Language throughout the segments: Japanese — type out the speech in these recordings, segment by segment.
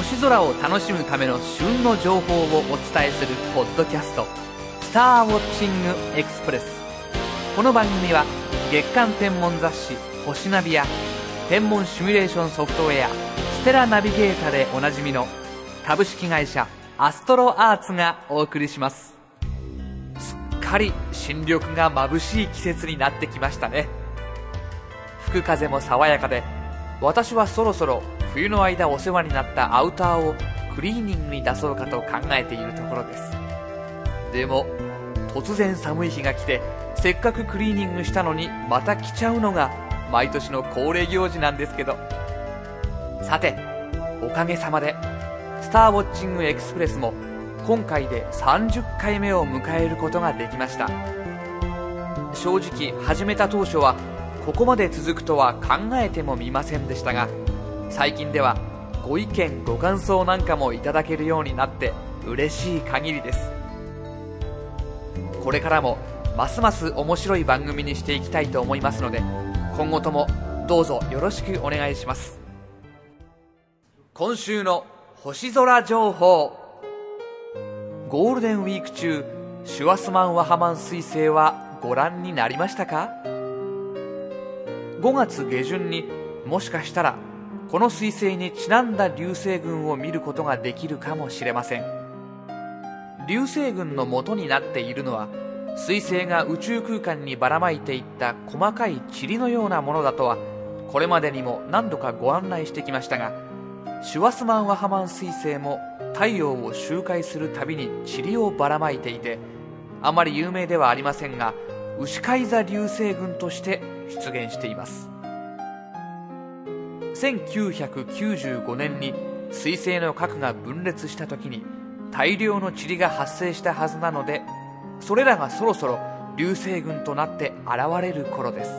星空を楽しむための旬の情報をお伝えするポッドキャスト、スターウォッチングエクスプレス。この番組は月間天文雑誌星ナビや天文シミュレーションソフトウェアステラナビゲータでおなじみの株式会社アストロアーツがお送りします。すっかり新緑が眩しい季節になってきましたね。吹く風も爽やかで、私はそろそろ冬の間お世話になったアウターをクリーニングに出そうかと考えているところです。でも突然寒い日が来て、せっかくクリーニングしたのにまた来ちゃうのが毎年の恒例行事なんですけど、さておかげさまでスターウォッチングエクスプレスも今回で30回目を迎えることができました。正直始めた当初はここまで続くとは考えてもみませんでしたが、最近ではご意見ご感想なんかもいただけるようになって嬉しい限りです。これからもますます面白い番組にしていきたいと思いますので、今後ともどうぞよろしくお願いします。今週の星空情報。ゴールデンウィーク中、シュワスマン・ワハマン彗星はご覧になりましたか？5月下旬にもしかしたらこの彗星にちなんだ流星群を見ることができるかもしれません。流星群の元になっているのは、彗星が宇宙空間にばらまいていった細かい塵のようなものだとはこれまでにも何度かご案内してきましたが、シュワスマン・ワハマン彗星も太陽を周回するたびに塵をばらまいていて、あまり有名ではありませんが、牛飼い座流星群として出現しています。1995年に彗星の核が分裂した時に大量の塵が発生したはずなので、それらがそろそろ流星群となって現れる頃です。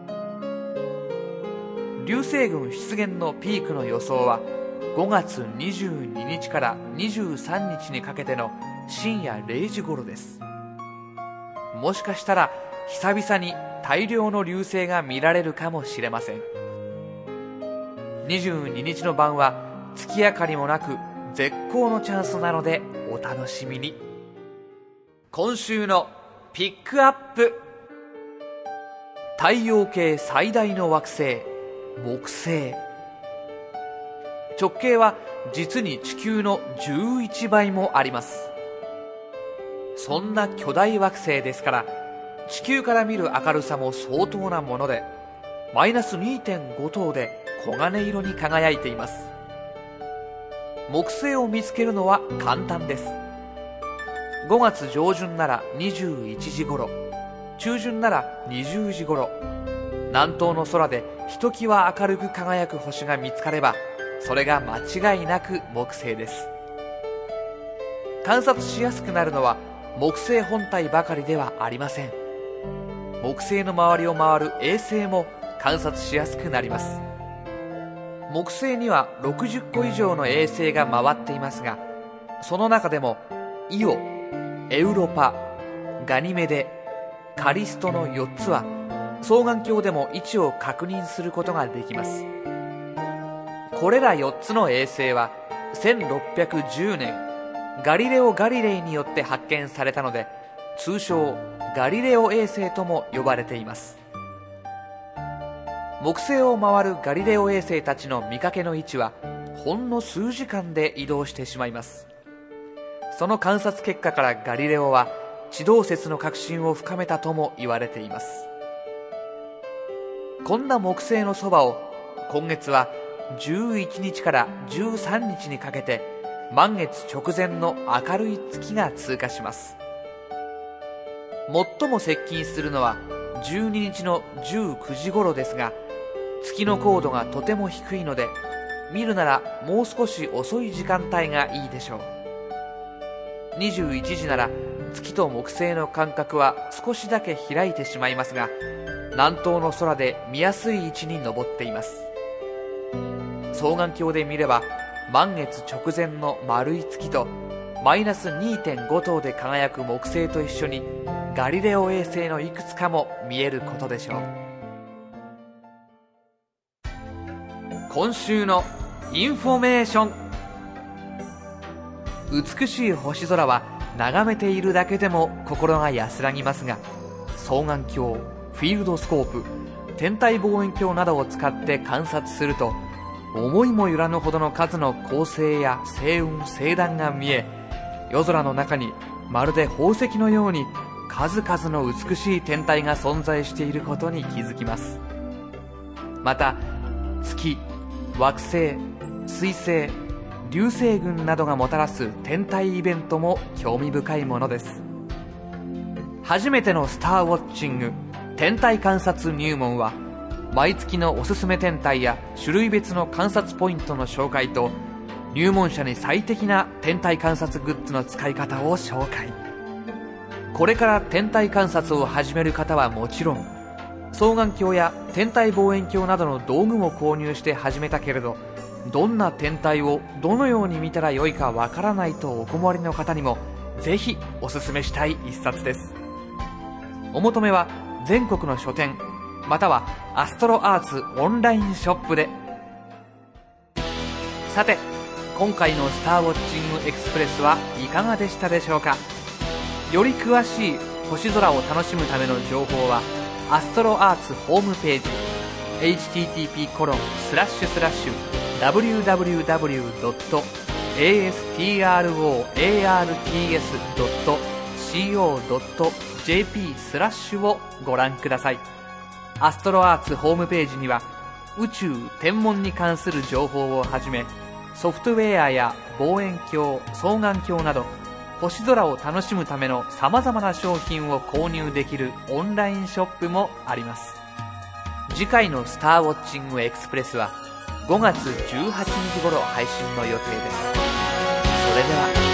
流星群出現のピークの予想は5月22日から23日にかけての深夜0時頃です。もしかしたら久々に大量の流星が見られるかもしれません。22日の晩は月明かりもなく絶好のチャンスなのでお楽しみに。今週のピックアップ。太陽系最大の惑星木星。直径は実に地球の11倍もあります。そんな巨大惑星ですから、地球から見る明るさも相当なもので、マイナス 2.5 度で黄金色に輝いています。木星を見つけるのは簡単です。5月上旬なら21時頃、中旬なら20時頃、南東の空でひときわ明るく輝く星が見つかれば、それが間違いなく木星です。観察しやすくなるのは木星本体ばかりではありません。木星の周りを回る衛星も観察しやすくなります。木星には60個以上の衛星が回っていますが、その中でもイオ、エウロパ、ガニメデ、カリストの4つは双眼鏡でも位置を確認することができます。これら4つの衛星は1610年ガリレオ・ガリレイによって発見されたので、通称ガリレオ衛星とも呼ばれています。木星を回るガリレオ衛星たちの見かけの位置はほんの数時間で移動してしまいます。その観察結果からガリレオは地動説の確信を深めたとも言われています。こんな木星のそばを今月は11日から13日にかけて満月直前の明るい月が通過します。最も接近するのは12日の19時頃ですが、月の高度がとても低いので、見るならもう少し遅い時間帯がいいでしょう。21時なら月と木星の間隔は少しだけ開いてしまいますが、南東の空で見やすい位置に昇っています。双眼鏡で見れば満月直前の丸い月とマイナス 2.5 度で輝く木星と一緒にガリレオ衛星のいくつかも見えることでしょう。今週のインフォメーション。 美しい星空は眺めているだけでも心が安らぎますが、双眼鏡、フィールドスコープ、天体望遠鏡などを使って観察すると、思いもよらぬほどの数の恒星や星雲星団が見え、夜空の中にまるで宝石のように数々の美しい天体が存在していることに気づきます。また月、惑星、水星、流星群などがもたらす天体イベントも興味深いものです。初めてのスターウォッチング天体観察入門は、毎月のおすすめ天体や種類別の観察ポイントの紹介と、入門者に最適な天体観察グッズの使い方を紹介。これから天体観察を始める方はもちろん、双眼鏡や天体望遠鏡などの道具を購入して始めたけれど、どんな天体をどのように見たらよいかわからないとお困りの方にもぜひおすすめしたい一冊です。お求めは全国の書店またはアストロアーツオンラインショップで。さて、今回のスターウォッチングエクスプレスはいかがでしたでしょうか。より詳しい星空を楽しむための情報はアストロアーツホームページ http://www.astroarts.co.jp/ をご覧ください。アストロアーツホームページには宇宙天文に関する情報をはじめ、ソフトウェアや望遠鏡、双眼鏡など星空を楽しむための様々な商品を購入できるオンラインショップもあります。次回のスターウォッチングエクスプレスは5月18日頃配信の予定です。それでは。